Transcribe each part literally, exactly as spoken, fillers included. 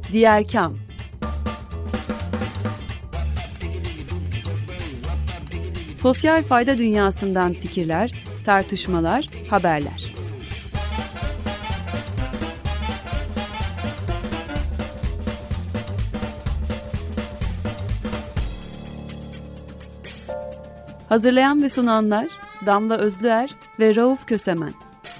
Diğer Kam. Sosyal fayda dünyasından fikirler, tartışmalar, haberler. Hazırlayan ve sunanlar Damla Özlüer ve Rauf Kösemen.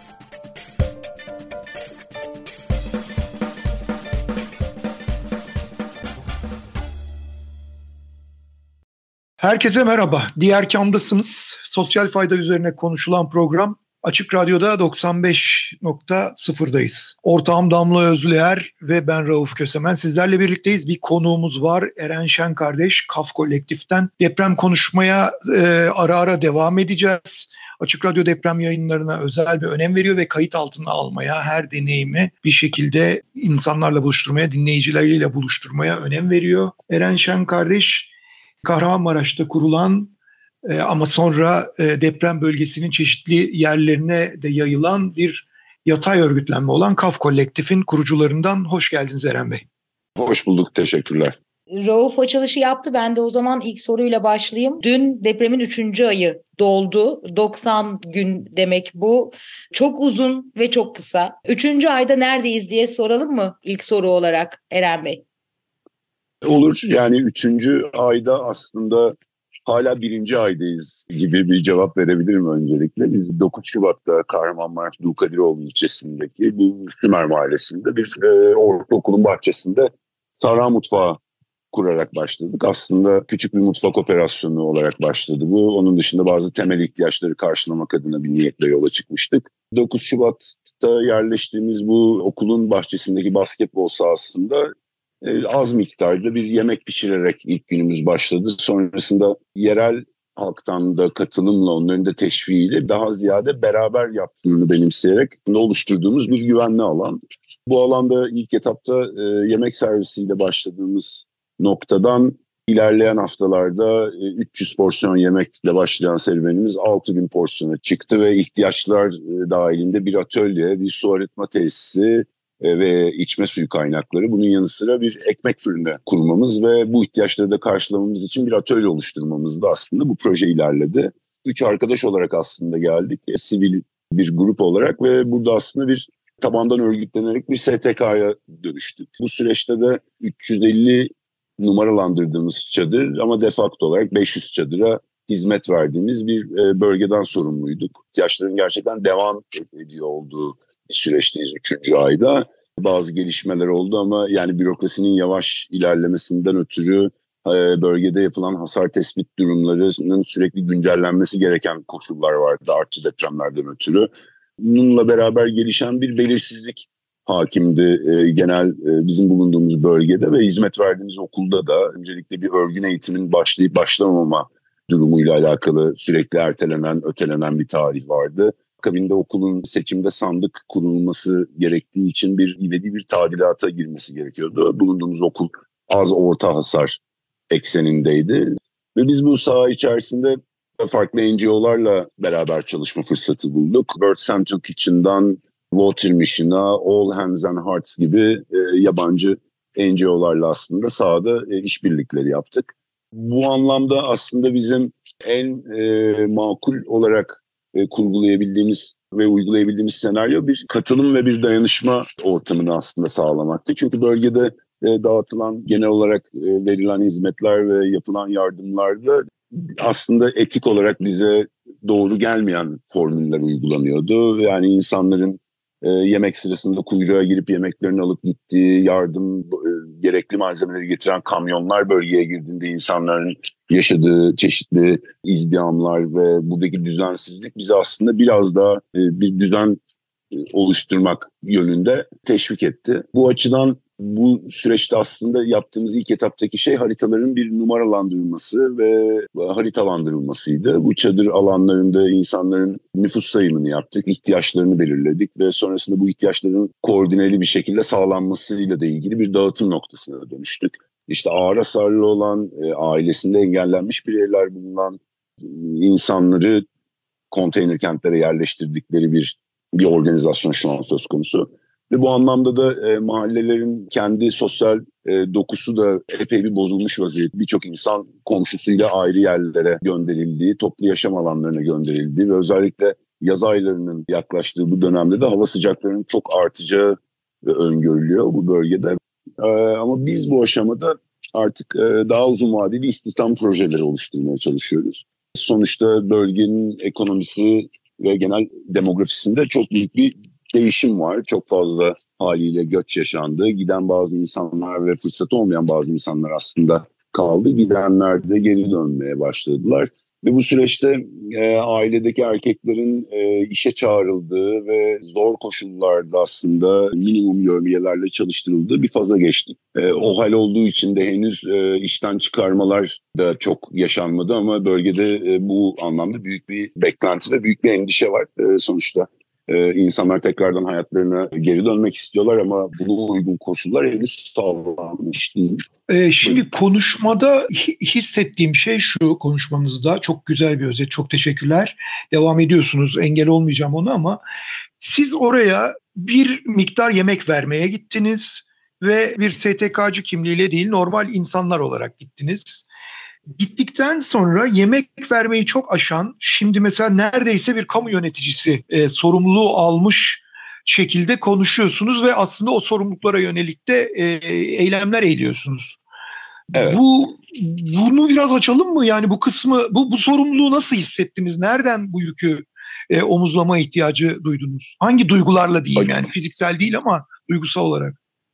Herkese merhaba. Diğer Kam'dasınız. Sosyal fayda üzerine konuşulan program Açık Radyo'da doksan beş nokta sıfırdayız. Ortağım Damla Özlüer ve ben Rauf Kösemen. Sizlerle birlikteyiz. Bir konuğumuz var. Eren Şen kardeş, Kaf Kolektif'ten. Deprem konuşmaya e, ara ara devam edeceğiz. Açık Radyo deprem yayınlarına özel bir önem veriyor ve kayıt altına almaya, her deneyimi bir şekilde insanlarla buluşturmaya, dinleyicileriyle buluşturmaya önem veriyor. Eren Şen kardeş, Kahramanmaraş'ta kurulan e, ama sonra e, deprem bölgesinin çeşitli yerlerine de yayılan bir yatay örgütlenme olan Kaf Kolektif'in kurucularından. Hoş geldiniz Eren Bey. Hoş bulduk, teşekkürler. Rauf açılışı yaptı. Ben de o zaman ilk soruyla başlayayım. Dün depremin üçüncü ayı doldu. doksan gün demek bu. Çok uzun ve çok kısa. Üçüncü ayda neredeyiz diye soralım mı ilk soru olarak Eren Bey? Olur. Yani üçüncü ayda aslında hala birinci aydayız gibi bir cevap verebilirim öncelikle. Biz dokuz Şubat'ta Kahramanmaraş Dulkadiroğlu ilçesindeki bu Sümer Mahallesi'nde bir e, ortaokulun bahçesinde Sahra Mutfağı kurarak başladık. Aslında küçük bir mutfak operasyonu olarak başladı bu. Onun dışında bazı temel ihtiyaçları karşılamak adına bir niyetle yola çıkmıştık. dokuz Şubat'ta yerleştiğimiz bu okulun bahçesindeki basketbol sahasında az miktarda bir yemek pişirerek ilk günümüz başladı. Sonrasında yerel halktan da katılımla, onların da teşviğiyle daha ziyade beraber yaptığını benimseyerek oluşturduğumuz bir güvenli alan. Bu alanda ilk etapta e, yemek servisiyle başladığımız noktadan ilerleyen haftalarda e, üç yüz porsiyon yemekle başlayan serüvenimiz altı bin porsiyona çıktı ve ihtiyaçlar e, dahilinde bir atölye, bir su arıtma tesisi ve içme suyu kaynakları, bunun yanı sıra bir ekmek fırını kurmamız ve bu ihtiyaçları da karşılamamız için bir atölye oluşturmamız da aslında bu proje ilerledi. Üç arkadaş olarak aslında geldik, e, sivil bir grup olarak ve burada aslında bir tabandan örgütlenerek bir S T K'ya dönüştük. Bu süreçte de üç yüz elli numaralandırdığımız çadır ama de facto olarak beş yüz çadıra hizmet verdiğimiz bir e, bölgeden sorumluyduk. İhtiyaçların gerçekten devam ediyor olduğu bir süreçteyiz üçüncü ayda. Bazı gelişmeler oldu ama yani bürokrasinin yavaş ilerlemesinden ötürü e, bölgede yapılan hasar tespit durumlarının sürekli güncellenmesi gereken koşullar vardı artçı depremlerden ötürü. Bununla beraber gelişen bir belirsizlik hakimdi e, genel e, bizim bulunduğumuz bölgede ve hizmet verdiğimiz okulda da öncelikle bir örgün eğitimin başlayıp başlamama durumuyla alakalı sürekli ertelenen, ötelenen bir tarih vardı. Akabinde okulun seçimde sandık kurulması gerektiği için bir ivedi bir tadilata girmesi gerekiyordu. Bulunduğumuz okul az orta hasar eksenindeydi. Ve biz bu saha içerisinde farklı N G O'larla beraber çalışma fırsatı bulduk. World Central Kitchen'dan Water Mission'a, All Hands and Hearts gibi e, yabancı N G O'larla aslında sahada e, işbirlikleri yaptık. Bu anlamda aslında bizim en e, makul olarak e, kurgulayabildiğimiz ve uygulayabildiğimiz senaryo bir katılım ve bir dayanışma ortamını aslında sağlamaktı. Çünkü bölgede e, dağıtılan, genel olarak e, verilen hizmetler ve yapılan yardımlarda aslında etik olarak bize doğru gelmeyen formüller uygulanıyordu. Yani insanların E, yemek sırasında kuyruğa girip yemeklerini alıp gittiği, yardım, e, gerekli malzemeleri getiren kamyonlar bölgeye girdiğinde insanların yaşadığı çeşitli izdihamlar ve buradaki düzensizlik bizi aslında biraz daha e, bir düzen e, oluşturmak yönünde teşvik etti. Bu açıdan bu süreçte aslında yaptığımız ilk etaptaki şey haritaların bir numaralandırılması ve haritalandırılmasıydı. Bu çadır alanlarında insanların nüfus sayımını yaptık, ihtiyaçlarını belirledik ve sonrasında bu ihtiyaçların koordineli bir şekilde sağlanmasıyla da ilgili bir dağıtım noktasına dönüştük. İşte ağır hasarlı olan, ailesinde engellenmiş bireyler bulunan insanları konteyner kentlere yerleştirdikleri bir bir organizasyon şu an söz konusu. Ve bu anlamda da e, mahallelerin kendi sosyal e, dokusu da epey bir bozulmuş vaziyette. Birçok insan komşusuyla ayrı yerlere gönderildiği, toplu yaşam alanlarına gönderildiği ve özellikle yaz aylarının yaklaştığı bu dönemde de hava sıcaklarının çok artacağı e, öngörülüyor bu bölgede. E, ama biz bu aşamada artık e, daha uzun vadeli istihdam projeleri oluşturmaya çalışıyoruz. Sonuçta bölgenin ekonomisi ve genel demografisinde çok büyük bir değişim var. Çok fazla haliyle göç yaşandı. Giden bazı insanlar ve fırsatı olmayan bazı insanlar aslında kaldı. Gidenler de geri dönmeye başladılar. Ve bu süreçte e, ailedeki erkeklerin e, işe çağrıldığı ve zor koşullarda aslında minimum yevmiyelerle çalıştırıldığı bir faza geçti. E, o hal olduğu için de henüz e, işten çıkarmalar da çok yaşanmadı ama bölgede e, bu anlamda büyük bir beklenti ve büyük bir endişe var e, sonuçta. Ee, insanlar tekrardan hayatlarına geri dönmek istiyorlar ama buna uygun koşullar henüz sağlanmış değil. Ee, şimdi konuşmada hissettiğim şey şu, konuşmanızda çok güzel bir özet, çok teşekkürler. Devam ediyorsunuz, engel olmayacağım ona ama siz oraya bir miktar yemek vermeye gittiniz ve bir S T K'cı kimliğiyle değil normal insanlar olarak gittiniz. Gittikten sonra yemek vermeyi çok aşan, şimdi mesela neredeyse bir kamu yöneticisi e, sorumluluğu almış şekilde konuşuyorsunuz ve aslında o sorumluluklara yönelik de e, eylemler eğiliyorsunuz. Evet. Bu bunu biraz açalım mı? Yani bu kısmı, bu, bu sorumluluğu nasıl hissettiniz? Nereden bu yükü e, omuzlama ihtiyacı duydunuz? Hangi duygularla diyeyim, yani fiziksel değil ama duygusal olarak?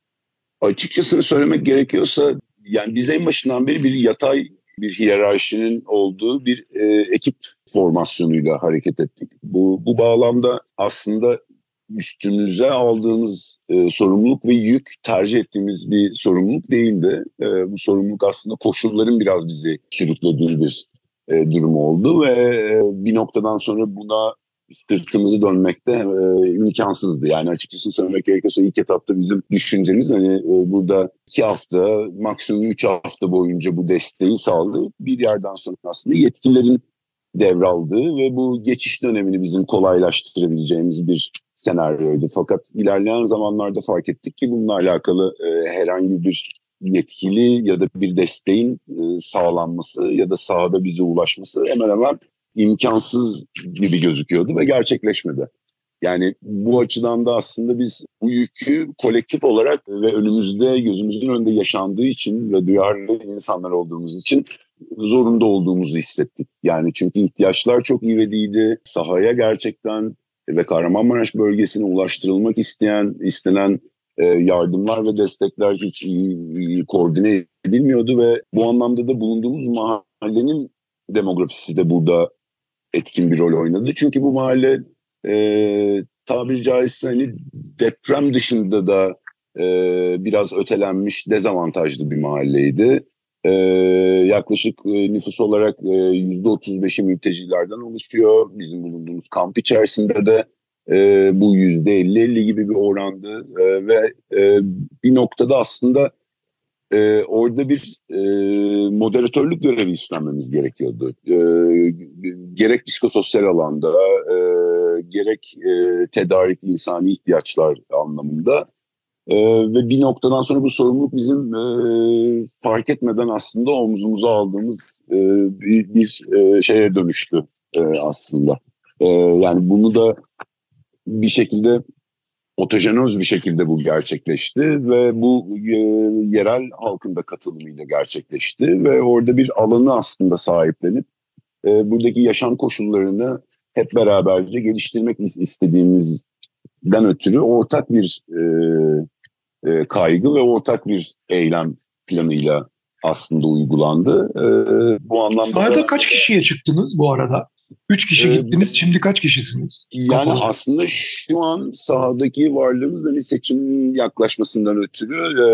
Açıkçası söylemek gerekiyorsa yani biz en başından beri bir yatay bir hiyerarşinin olduğu bir e, ekip formasyonuyla hareket ettik. Bu, bu bağlamda aslında üstümüze aldığımız e, sorumluluk ve yük tercih ettiğimiz bir sorumluluk değildi. E, bu sorumluluk aslında koşulların biraz bizi sürüklediği bir e, durum oldu ve e, bir noktadan sonra buna sırtımızı dönmekte e, imkansızdı. Yani açıkçası söylemek gerekirse ilk etapta bizim düşüncemiz hani e, burada iki hafta maksimum üç hafta boyunca bu desteği sağlayıp bir yerden sonra aslında yetkililerin devraldığı ve bu geçiş dönemini bizim kolaylaştırabileceğimiz bir senaryoydu. Fakat ilerleyen zamanlarda fark ettik ki bununla alakalı e, herhangi bir yetkili ya da bir desteğin e, sağlanması ya da sahada bize ulaşması hemen hemen imkansız gibi gözüküyordu ve gerçekleşmedi. Yani bu açıdan da aslında biz bu yükü kolektif olarak ve önümüzde gözümüzün önünde yaşandığı için ve duyarlı insanlar olduğumuz için zorunda olduğumuzu hissettik. Yani çünkü ihtiyaçlar çok ivriydi. Sahaya gerçekten ve Kahramanmaraş bölgesine ulaştırılmak isteyen, istenen yardımlar ve destekler hiç iyi, iyi koordine edilmiyordu ve bu anlamda da bulunduğumuz mahallenin demografisi de burada etkin bir rol oynadı. Çünkü bu mahalle e, tabiri caizse hani deprem dışında da e, biraz ötelenmiş, dezavantajlı bir mahalleydi. E, yaklaşık e, nüfus olarak e, yüzde otuz beşi mültecilerden oluşuyor. Bizim bulunduğumuz kamp içerisinde de e, bu yüzde elli elli gibi bir orandı e, ve e, bir noktada aslında Ee, orada bir e, moderatörlük görevi üstlenmemiz gerekiyordu. E, gerek psikososyal alanda, e, gerek e, tedarik insani ihtiyaçlar anlamında. E, ve bir noktadan sonra bu sorumluluk bizim e, fark etmeden aslında omzumuza aldığımız e, bir, bir e, şeye dönüştü e, aslında. E, yani bunu da bir şekilde otojenöz bir şekilde bu gerçekleşti ve bu e, yerel halkın da katılımıyla gerçekleşti ve orada bir alanı aslında sahiplenip e, buradaki yaşam koşullarını hep beraberce geliştirmek istediğimizden ötürü ortak bir e, e, kaygı ve ortak bir eylem planıyla aslında uygulandı. E, bu anlamda Sahada da, kaç kişiye çıktınız bu arada? Üç kişi Ee, gittiniz, şimdi kaç kişisiniz? Yani Kafalı. aslında şu an sahadaki varlığımız hani seçim yaklaşmasından ötürü e,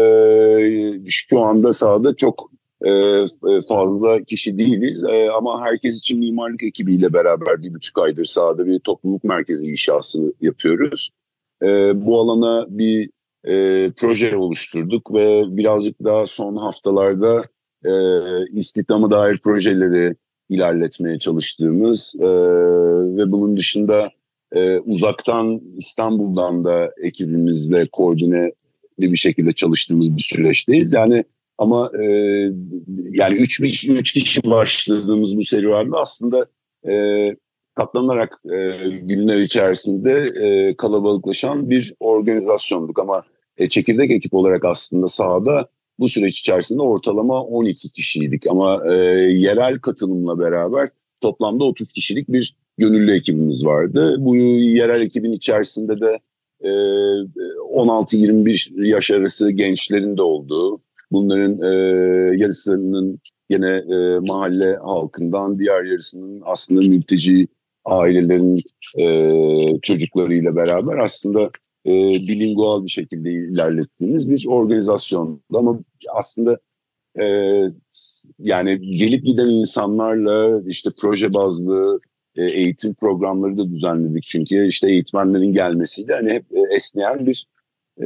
şu anda sahada çok e, fazla kişi değiliz. E, ama herkes için mimarlık ekibiyle beraber bir buçuk aydır sahada bir topluluk merkezi inşası yapıyoruz. E, bu alana bir e, proje oluşturduk ve birazcık daha son haftalarda e, istihdama dair projeleri ilerletmeye çalıştığımız e, ve bunun dışında e, uzaktan İstanbul'dan da ekibimizle koordineli bir şekilde çalıştığımız bir süreçteyiz. Yani ama e, yani üç, üç kişi başladığımız bu serüvende aslında e, katlanarak e, günler içerisinde e, kalabalıklaşan bir organizasyonduk. Ama e, çekirdek ekip olarak aslında sahada bu süreç içerisinde ortalama on iki kişiydik. Ama e, yerel katılımla beraber toplamda otuz kişilik bir gönüllü ekibimiz vardı. Bu yerel ekibin içerisinde de e, on altı yirmi bir yaş arası gençlerin de olduğu, bunların e, yarısının yine e, mahalle halkından, diğer yarısının aslında mülteci ailelerin e, çocuklarıyla beraber aslında e, bilingual bir şekilde ilerlettiğimiz bir organizasyon. Ama aslında e, yani gelip giden insanlarla işte proje bazlı e, eğitim programları da düzenledik. Çünkü işte eğitmenlerin gelmesiyle hani hep e, esneyen bir e,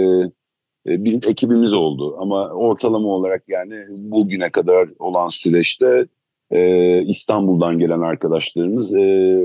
bir ekibimiz oldu. Ama ortalama olarak yani bugüne kadar olan süreçte e, İstanbul'dan gelen arkadaşlarımız e,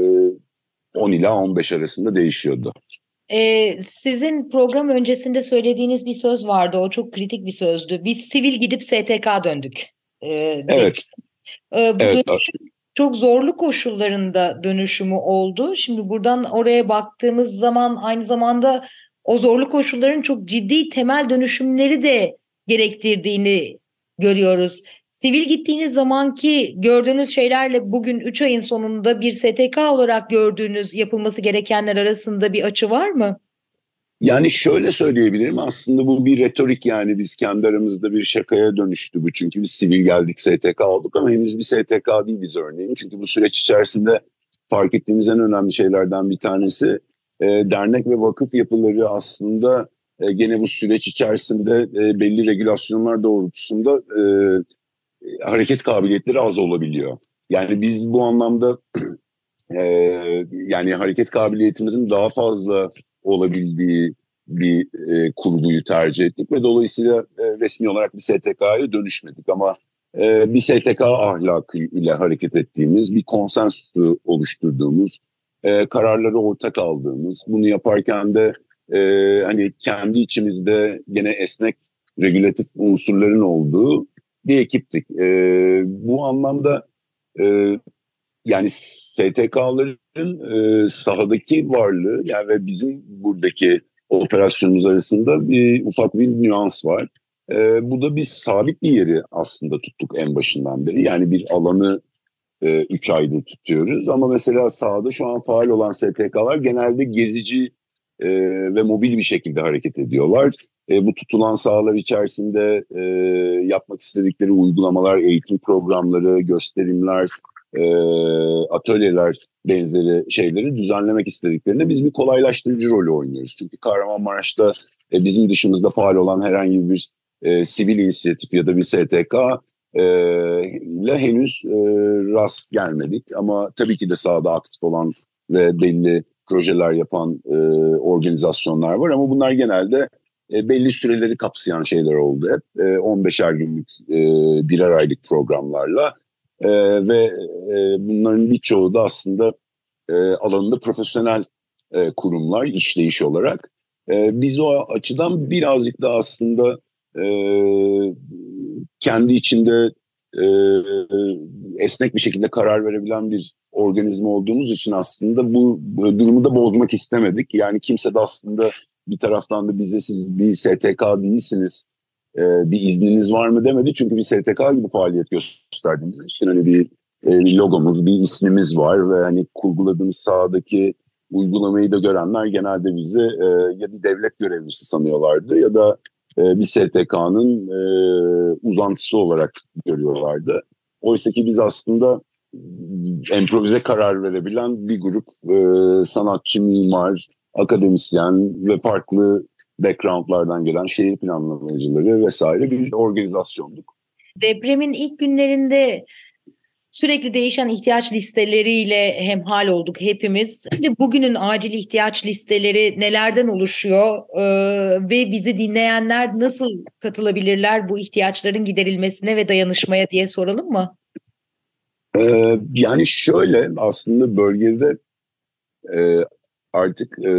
on ila on beş arasında değişiyordu. Ee, sizin program öncesinde söylediğiniz bir söz vardı. O çok kritik bir sözdü. Biz sivil gidip S T K döndük. Ee, Evet. Ee, bu evet. dönüş çok zorlu koşullarında dönüşümü oldu. Şimdi buradan oraya baktığımız zaman aynı zamanda o zorlu koşulların çok ciddi temel dönüşümleri de gerektirdiğini görüyoruz. Sivil gittiğiniz zamanki gördüğünüz şeylerle bugün üç ayın sonunda bir S T K olarak gördüğünüz yapılması gerekenler arasında bir açı var mı? Yani şöyle söyleyebilirim, aslında bu bir retorik, yani biz kendi aramızda bir şakaya dönüştü bu. Çünkü biz sivil geldik S T K olduk ama henüz bir S T K değiliz örneğin. Çünkü bu süreç içerisinde fark ettiğimiz en önemli şeylerden bir tanesi e, dernek ve vakıf yapıları aslında e, gene bu süreç içerisinde e, belli regülasyonlar doğrultusunda e, hareket kabiliyetleri az olabiliyor. Yani biz bu anlamda e, yani hareket kabiliyetimizin daha fazla olabildiği bir e, kurguyu tercih ettik ve dolayısıyla e, resmi olarak bir S T K'ya dönüşmedik ama e, bir S T K ahlakı ile hareket ettiğimiz, bir konsensüsü oluşturduğumuz, e, kararları ortak aldığımız, bunu yaparken de e, hani kendi içimizde gene esnek regülatif unsurların olduğu bir ekiptik. E, bu anlamda e, yani S T K'ların e, sahadaki varlığı yani ve bizim buradaki operasyonumuz arasında bir ufak bir nüans var. E, bu da biz sabit bir yeri aslında tuttuk en başından beri. Yani bir alanı üç aydır tutuyoruz ama mesela sahada şu an faal olan S T K'lar genelde gezici e, ve mobil bir şekilde hareket ediyorlar. E, bu tutulan sahalar içerisinde e, yapmak istedikleri uygulamalar, eğitim programları, gösterimler, e, atölyeler benzeri şeyleri düzenlemek istediklerinde biz bir kolaylaştırıcı rolü oynuyoruz. Çünkü Kahramanmaraş'ta e, bizim dışımızda faal olan herhangi bir e, sivil inisiyatif ya da bir S T K e, ile henüz e, rast gelmedik. Ama tabii ki de sahada aktif olan ve belli projeler yapan e, organizasyonlar var ama bunlar genelde e, belli süreleri kapsayan şeyler oldu hep. E, on beşer günlük e, birer aylık programlarla e, ve e, bunların birçoğu da aslında e, alanında profesyonel e, kurumlar işleyiş olarak. E, biz o açıdan birazcık da aslında e, kendi içinde e, esnek bir şekilde karar verebilen bir organizma olduğumuz için aslında bu, bu durumu da bozmak istemedik. Yani kimse de aslında bir taraftan da bize siz bir S T K değilsiniz, e, bir izniniz var mı demedi. Çünkü bir S T K gibi faaliyet gösterdiğimiz için hani bir e, logomuz, bir ismimiz var ve hani kurguladığımız sahadaki uygulamayı da görenler genelde bizi e, ya bir devlet görevlisi sanıyorlardı ya da e, bir S T K'nın e, uzantısı olarak görüyorlardı. Oysa ki biz aslında improvize karar verebilen bir grup e, sanatçı, mimar, akademisyen ve farklı backgroundlardan gelen şehir planlamacıları vesaire bir organizasyonduk. Depremin ilk günlerinde sürekli değişen ihtiyaç listeleriyle hemhal olduk hepimiz. Şimdi bugünün acil ihtiyaç listeleri nelerden oluşuyor ee, ve bizi dinleyenler nasıl katılabilirler bu ihtiyaçların giderilmesine ve dayanışmaya diye soralım mı? Ee, yani şöyle aslında bölgede e, artık e,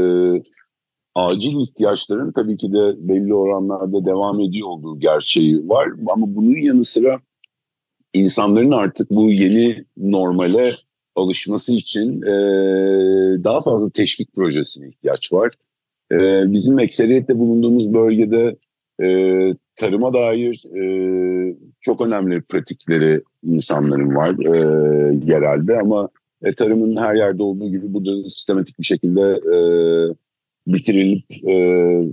acil ihtiyaçların tabii ki de belli oranlarda devam ediyor olduğu gerçeği var. Ama bunun yanı sıra insanların artık bu yeni normale alışması için e, daha fazla teşvik projesine ihtiyaç var. E, bizim ekseriyetle bulunduğumuz bölgede e, tarıma dair e, çok önemli pratikleri insanların var e, yerelde ama e, tarımın her yerde olduğu gibi bu da sistematik bir şekilde e, bitirilip e,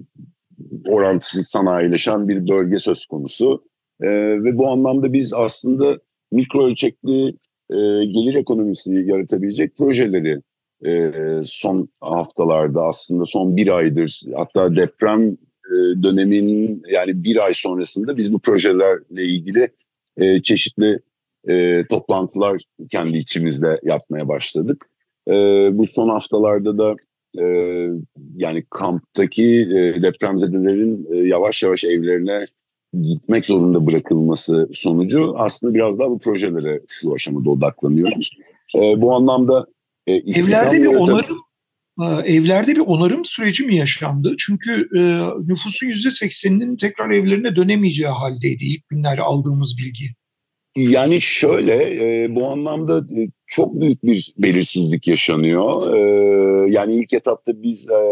orantısız sanayileşen bir bölge söz konusu. E, ve bu anlamda biz aslında mikro ölçekli e, gelir ekonomisi yaratabilecek projeleri e, son haftalarda aslında son bir aydır hatta deprem e, döneminin yani bir ay sonrasında biz bu projelerle ilgili e, çeşitli e, toplantılar kendi içimizde yapmaya başladık. E, bu son haftalarda da e, yani kamptaki e, depremzedelerin e, yavaş yavaş evlerine gitmek zorunda bırakılması sonucu aslında biraz daha bu projelere şu aşamada odaklanıyoruz. E, bu anlamda e, evlerde bir onarım e, evlerde bir onarım süreci mi yaşandı? Çünkü e, nüfusun yüzde sekseninin tekrar evlerine dönemeyeceği haldeydi ilk günler aldığımız bilgi. Yani şöyle e, bu anlamda e, çok büyük bir belirsizlik yaşanıyor. E, yani ilk etapta biz e,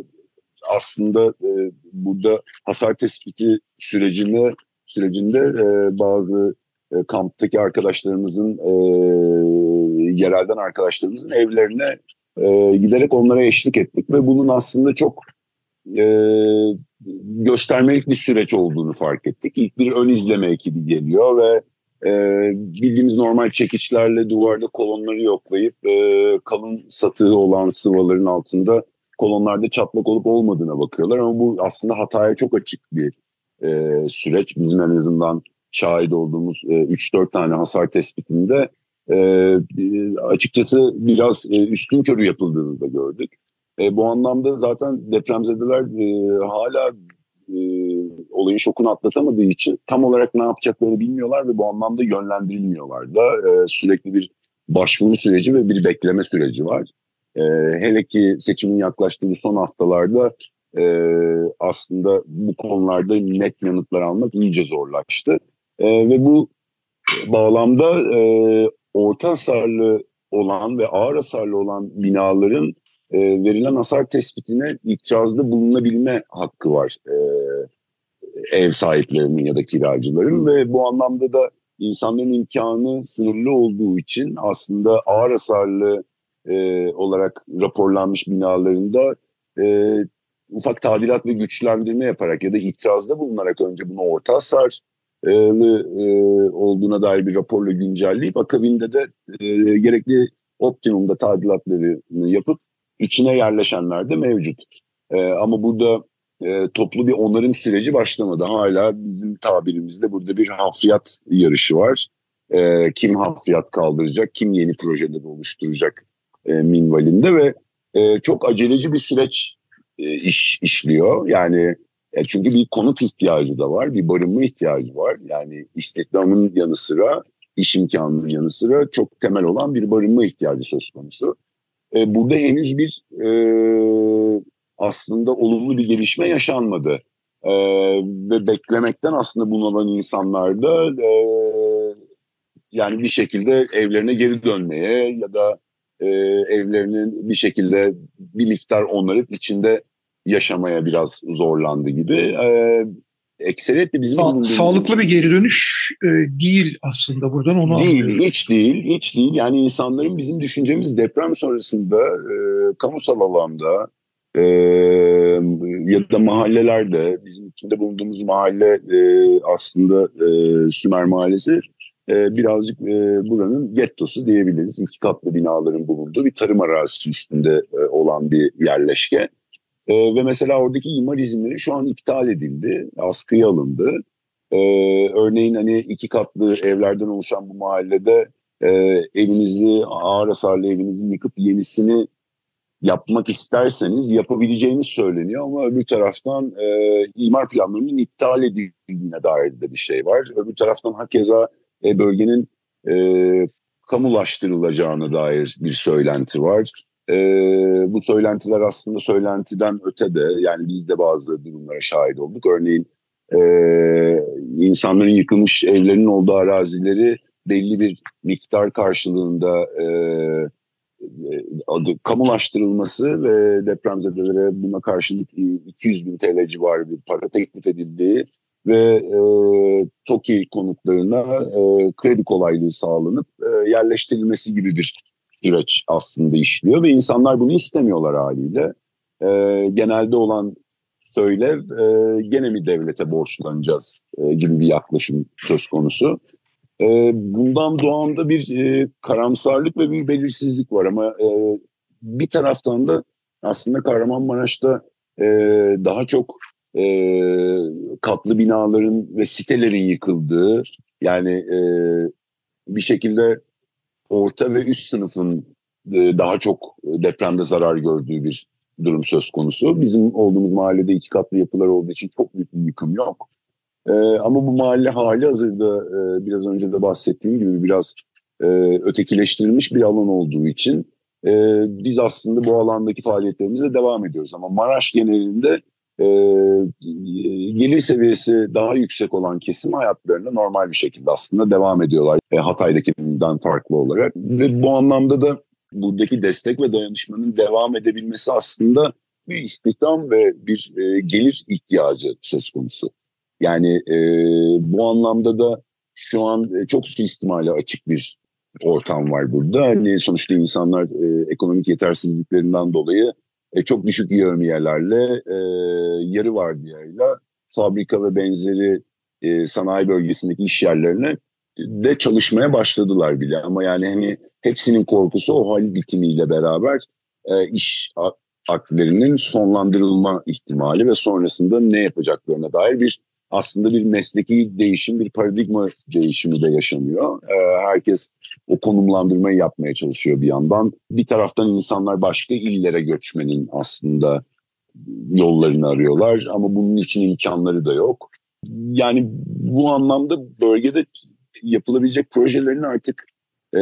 aslında e, burada hasar tespiti sürecinde sürecinde e, bazı e, kamptaki arkadaşlarımızın e, yerelden arkadaşlarımızın evlerine e, giderek onlara eşlik ettik ve bunun aslında çok e, göstermelik bir süreç olduğunu fark ettik. İlk bir ön izleme ekibi geliyor ve e, bildiğimiz normal çekiçlerle duvarda kolonları yoklayıp e, kalın satığı olan sıvaların altında kolonlarda çatlak olup olmadığına bakıyorlar ama bu aslında hataya çok açık bir e, süreç. Bizim en azından şahit olduğumuz e, üç dört tane hasar tespitinde e, e, açıkçası biraz e, üstün körü yapıldığını da gördük. E, bu anlamda zaten depremzedeler e, hala e, olayın şokunu atlatamadığı için tam olarak ne yapacaklarını bilmiyorlar ve bu anlamda yönlendirilmiyorlar da e, sürekli bir başvuru süreci ve bir bekleme süreci var. Ee, hele ki seçimin yaklaştığı son haftalarda e, aslında bu konularda net yanıtlar almak iyice zorlaştı. E, ve bu bağlamda e, orta hasarlı olan ve ağır hasarlı olan binaların e, verilen hasar tespitine itirazda bulunabilme hakkı var e, ev sahiplerinin ya da kiracıların ve bu anlamda da insanların imkanı sınırlı olduğu için aslında ağır hasarlı E, olarak raporlanmış binalarında e, ufak tadilat ve güçlendirme yaparak ya da itirazda bulunarak önce bunu orta hasarlı e, olduğuna dair bir raporla güncelleyip akabinde de e, gerekli optimumda tadilatlarını yapıp içine yerleşenler de mevcut. E, ama burada e, toplu bir onarım süreci başlamadı. Hala bizim tabirimizde burada bir hafriyat yarışı var. E, kim hafriyat kaldıracak, kim yeni projeleri oluşturacak E, minvalinde ve e, çok aceleci bir süreç e, iş işliyor. Yani e, çünkü bir konut ihtiyacı da var, bir barınma ihtiyacı var. Yani istihdamın yanı sıra, iş imkanının yanı sıra çok temel olan bir barınma ihtiyacı söz konusu. E, burada henüz bir e, aslında olumlu bir gelişme yaşanmadı. E, ve beklemekten aslında bunalan insanlar da e, yani bir şekilde evlerine geri dönmeye ya da e, evlerinin bir şekilde bir miktar onarıp içinde yaşamaya biraz zorlandı gibi. E, ekseriyetle bizim... Sa- sağlıklı bir geri dönüş e, değil aslında buradan onu Değil, anlıyoruz. hiç değil, hiç değil. Yani insanların bizim düşüncemiz deprem sonrasında e, kamusal alanda e, ya da mahallelerde, bizim içinde bulunduğumuz mahalle e, aslında e, Sümer Mahallesi e, birazcık e, buranın gettosu diyebiliriz. İki katlı binaların bulunduğu bir tarım arazisi üstünde e, olan bir yerleşke. E, ve mesela oradaki imar izinleri şu an iptal edildi, askıya alındı. Ee, örneğin hani iki katlı evlerden oluşan bu mahallede e, evinizi, ağır hasarlı evinizi yıkıp yenisini yapmak isterseniz yapabileceğiniz söyleniyor ama öbür taraftan e, imar planlarının iptal edildiğine dair de bir şey var. Öbür taraftan hakeza e, bölgenin e, kamulaştırılacağına dair bir söylenti var. e, bu söylentiler aslında söylentiden öte de, yani biz de bazı durumlara şahit olduk. Örneğin e, insanların yıkılmış evlerinin olduğu arazileri belli bir miktar karşılığında e, adı kamulaştırılması ve depremzedelere buna karşılık iki yüz bin T L civarı bir para teklif edildiği ve e, TOKİ konutlarına e, kredi kolaylığı sağlanıp e, yerleştirilmesi gibi bir süreç aslında işliyor ve insanlar bunu istemiyorlar haliyle. E, genelde olan söylev e, gene mi devlete borçlanacağız e, gibi bir yaklaşım söz konusu. E, bundan doğan da bir e, karamsarlık ve bir belirsizlik var ama e, bir taraftan da aslında Kahramanmaraş'ta e, daha çok e, katlı binaların ve sitelerin yıkıldığı, yani e, bir şekilde orta ve üst sınıfın e, daha çok depremde zarar gördüğü bir durum söz konusu. Bizim olduğumuz mahallede iki katlı yapılar olduğu için çok büyük bir yıkım yok. Ee, ama bu mahalle hali hazırda e, biraz önce de bahsettiğim gibi biraz e, ötekileştirilmiş bir alan olduğu için e, biz aslında bu alandaki faaliyetlerimize devam ediyoruz. Ama Maraş genelinde e, gelir seviyesi daha yüksek olan kesim hayatlarına normal bir şekilde aslında devam ediyorlar. E, Hatay'dakinden farklı olarak. Ve bu anlamda da buradaki destek ve dayanışmanın devam edebilmesi aslında bir istihdam ve bir e, gelir ihtiyacı söz konusu. Yani e, bu anlamda da şu an e, çok suistimale açık bir ortam var burada. Hani sonuçta insanlar e, ekonomik yetersizliklerinden dolayı e, çok düşük yevmiyelerle, e, yarı vardiyayla fabrika ve benzeri e, sanayi bölgesindeki iş yerlerine de çalışmaya başladılar bile. Ama yani hani hepsinin korkusu o hal bitimiyle beraber e, iş akdlerinin sonlandırılma ihtimali ve sonrasında ne yapacaklarına dair bir aslında bir mesleki değişim, bir paradigma değişimi de yaşanıyor. Ee, herkes o konumlandırmayı yapmaya çalışıyor bir yandan. Bir taraftan insanlar başka illere göçmenin aslında yollarını arıyorlar ama bunun için imkanları da yok. Yani bu anlamda bölgede yapılabilecek projelerin artık e,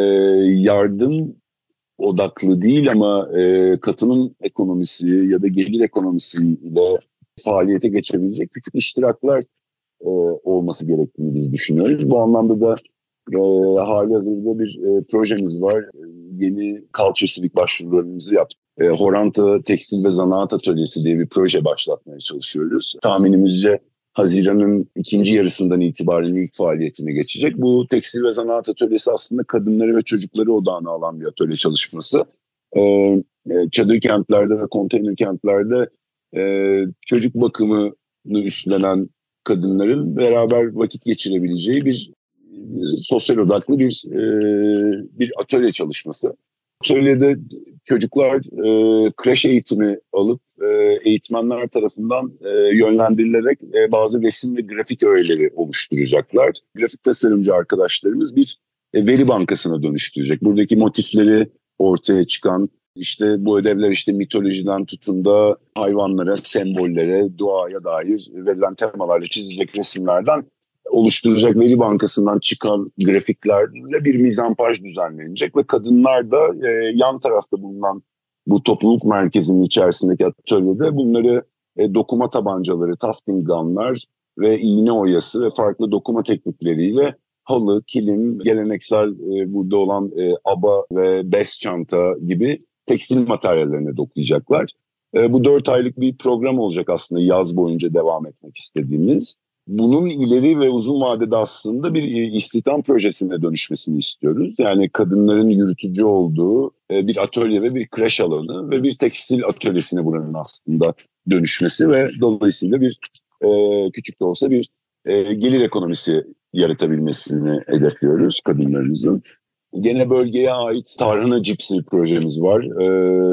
yardım odaklı değil ama e, katılım ekonomisi ya da gelir ekonomisiyle faaliyete geçebilecek küçük iştiraklar e, olması gerektiğini biz düşünüyoruz. Bu anlamda da e, hali hazırda bir e, projemiz var. E, yeni Culture Civic başvurularımızı yaptık. E, Horanta Tekstil ve Zanaat Atölyesi diye bir proje başlatmaya çalışıyoruz. Tahminimizce Haziran'ın ikinci yarısından itibaren ilk faaliyetine geçecek. Bu Tekstil ve Zanaat Atölyesi aslında kadınları ve çocukları odağına alan bir atölye çalışması. E, e, çadır kentlerde ve konteyner kentlerde e, çocuk bakımını üstlenen kadınların beraber vakit geçirebileceği bir e, sosyal odaklı bir e, bir atölye çalışması. Atölyede çocuklar e, kreş eğitimi alıp e, eğitmenler tarafından e, yönlendirilerek e, bazı resim ve grafik öğeleri oluşturacaklar. Grafik tasarımcı arkadaşlarımız bir e, veri bankasına dönüştürecek. Buradaki motifleri ortaya çıkan, işte bu ödevler işte mitolojiden tutun da hayvanlara, sembollere, doğaya dair verilen temalarla çizilecek resimlerden oluşturacak veri bankasından çıkan grafiklerle bir mizampaj düzenlenecek ve kadınlar da e, yan tarafta bulunan bu topluluk merkezinin içerisindeki atölyede bunları e, dokuma tabancaları, tufting gunlar ve iğne oyası ve farklı dokuma teknikleriyle halı, kilim, geleneksel e, burada olan e, aba ve bez çanta gibi tekstil materyallerine dokuyacaklar. E, bu dört aylık bir program olacak aslında yaz boyunca devam etmek istediğimiz. Bunun ileri ve uzun vadede aslında bir istihdam projesine dönüşmesini istiyoruz. Yani kadınların yürütücü olduğu bir atölye ve bir kreş alanı ve bir tekstil atölyesine buranın aslında dönüşmesi ve dolayısıyla bir e, küçük de olsa bir e, gelir ekonomisi yaratabilmesini hedefliyoruz kadınlarımızın. Gene bölgeye ait Tarhana Cipsi projemiz var. E,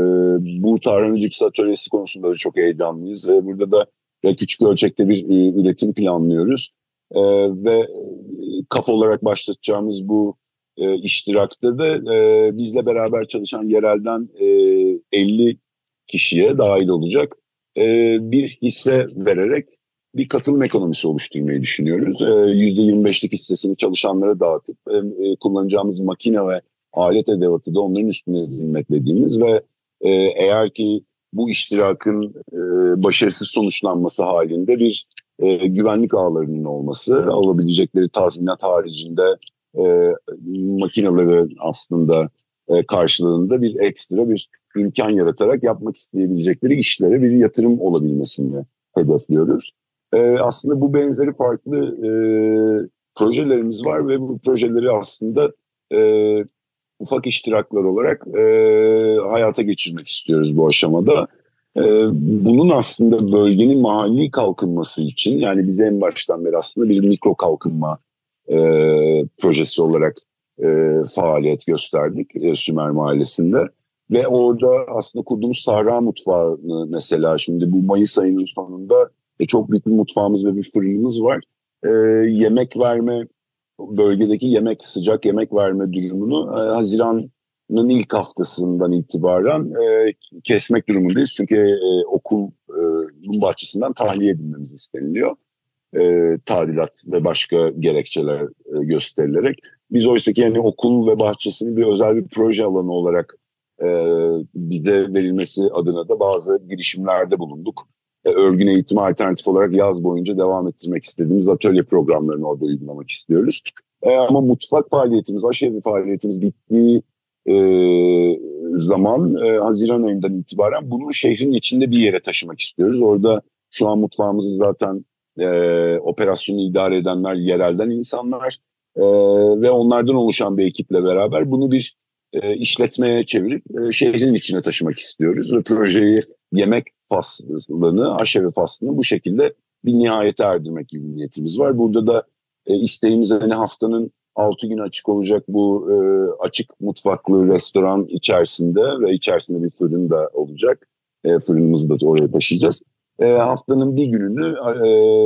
bu Tarhana Cipsi atölyesi konusunda da çok heyecanlıyız ve burada da ve küçük ölçekte bir e, üretim planlıyoruz. E, ve kafa olarak başlatacağımız bu e, iştirakta da e, bizle beraber çalışan yerelden e, elli kişiye dahil olacak e, bir hisse vererek bir katılım ekonomisi oluşturmayı düşünüyoruz. E, yüzde yirmi beşlik hissesini çalışanlara dağıtıp e, kullanacağımız makine ve alet edevatı da onların üstüne zimmetlediğimiz ve e, eğer ki bu iştirakın e, başarısız sonuçlanması halinde bir e, güvenlik ağlarının olması, alabilecekleri tazminat haricinde e, makineleri aslında e, karşılığında bir ekstra bir imkan yaratarak yapmak isteyebilecekleri işlere bir yatırım olabilmesini hedefliyoruz. E, aslında bu benzeri farklı e, projelerimiz var ve bu projeleri aslında e, ufak iştiraklar olarak e, hayata geçirmek istiyoruz bu aşamada. E, bunun aslında bölgenin mahalli kalkınması için, yani biz en baştan beri aslında bir mikro kalkınma e, projesi olarak e, faaliyet gösterdik e, Sümer Mahallesi'nde. Ve orada aslında kurduğumuz Sahra Mutfağı'nı mesela şimdi bu Mayıs ayının sonunda e, çok büyük bir mutfağımız ve bir fırınımız var. E, yemek verme, bölgedeki yemek, sıcak yemek verme durumunu e, Haziran'ın ilk haftasından itibaren e, kesmek durumundayız. Çünkü e, okulun bahçesinden tahliye edilmemiz isteniliyor. E, tadilat ve başka gerekçeler e, gösterilerek. Biz oysa ki yani okul ve bahçesini bir özel bir proje alanı olarak e, bize verilmesi adına da bazı girişimlerde bulunduk. E, örgün eğitimi alternatif olarak yaz boyunca devam ettirmek istediğimiz atölye programlarını orada uygulamak istiyoruz. E, ama mutfak faaliyetimiz, aşevi faaliyetimiz bittiği e, zaman e, Haziran ayından itibaren bunu şehrin içinde bir yere taşımak istiyoruz. Orada şu an mutfağımızı zaten e, operasyonu idare edenler yerelden insanlar e, ve onlardan oluşan bir ekiple beraber bunu bir e, işletmeye çevirip e, şehrin içine taşımak istiyoruz. Ve projeyi yemek faslını, aşevi faslını bu şekilde bir nihayete erdirmek gibi bir niyetimiz var. Burada da e, isteğimiz hani haftanın altı gün açık olacak bu e, açık mutfaklı restoran içerisinde ve içerisinde bir fırın da olacak. E, fırınımızı da oraya taşıyacağız. E, haftanın bir gününü e,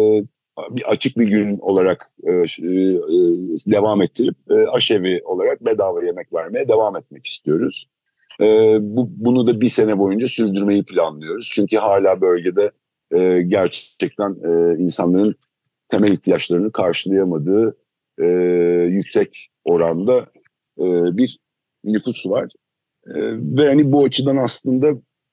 bir açık bir gün olarak e, e, devam ettirip e, aşevi olarak bedava yemek vermeye devam etmek istiyoruz. E, bu, bunu da bir sene boyunca sürdürmeyi planlıyoruz. Çünkü hala bölgede e, gerçekten e, insanların temel ihtiyaçlarını karşılayamadığı e, yüksek oranda e, bir nüfus var. E, ve hani bu açıdan aslında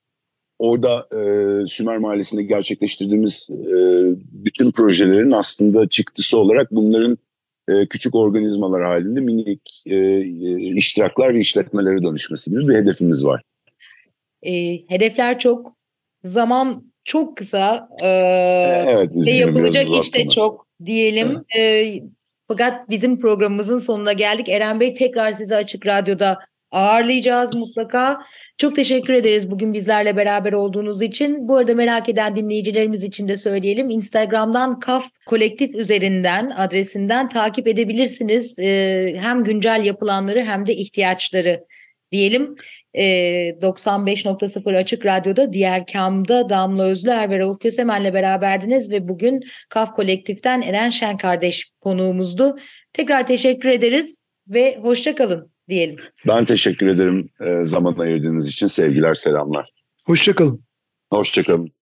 orada e, Sümer Mahallesi'nde gerçekleştirdiğimiz e, bütün projelerin aslında çıktısı olarak bunların e, küçük organizmalar halinde minik e, iştiraklar ve işletmelere dönüşmesi gibi bir hedefimiz var. E, hedefler çok, zaman çok kısa, e, evet, ve yapılacak iş de çok diyelim. Evet. E, fakat bizim programımızın sonuna geldik. Eren Bey, tekrar sizi Açık Radyo'da ağırlayacağız mutlaka. Çok teşekkür ederiz bugün bizlerle beraber olduğunuz için. Bu arada merak eden dinleyicilerimiz için de söyleyelim. Instagram'dan Kaf Kolektif üzerinden, adresinden takip edebilirsiniz. Ee, hem güncel yapılanları hem de ihtiyaçları diyelim. Ee, doksan beş nokta sıfır Açık Radyo'da Diğer Kam'da Damla Özlüer ve Rauf Kösemen'le beraberdiniz ve bugün Kaf Kolektif'ten Eren Şen kardeş konuğumuzdu. Tekrar teşekkür ederiz ve hoşça kalın diyelim. Ben teşekkür ederim e, zaman ayırdığınız için. Sevgiler, selamlar. Hoşça kalın. Hoşça kalın.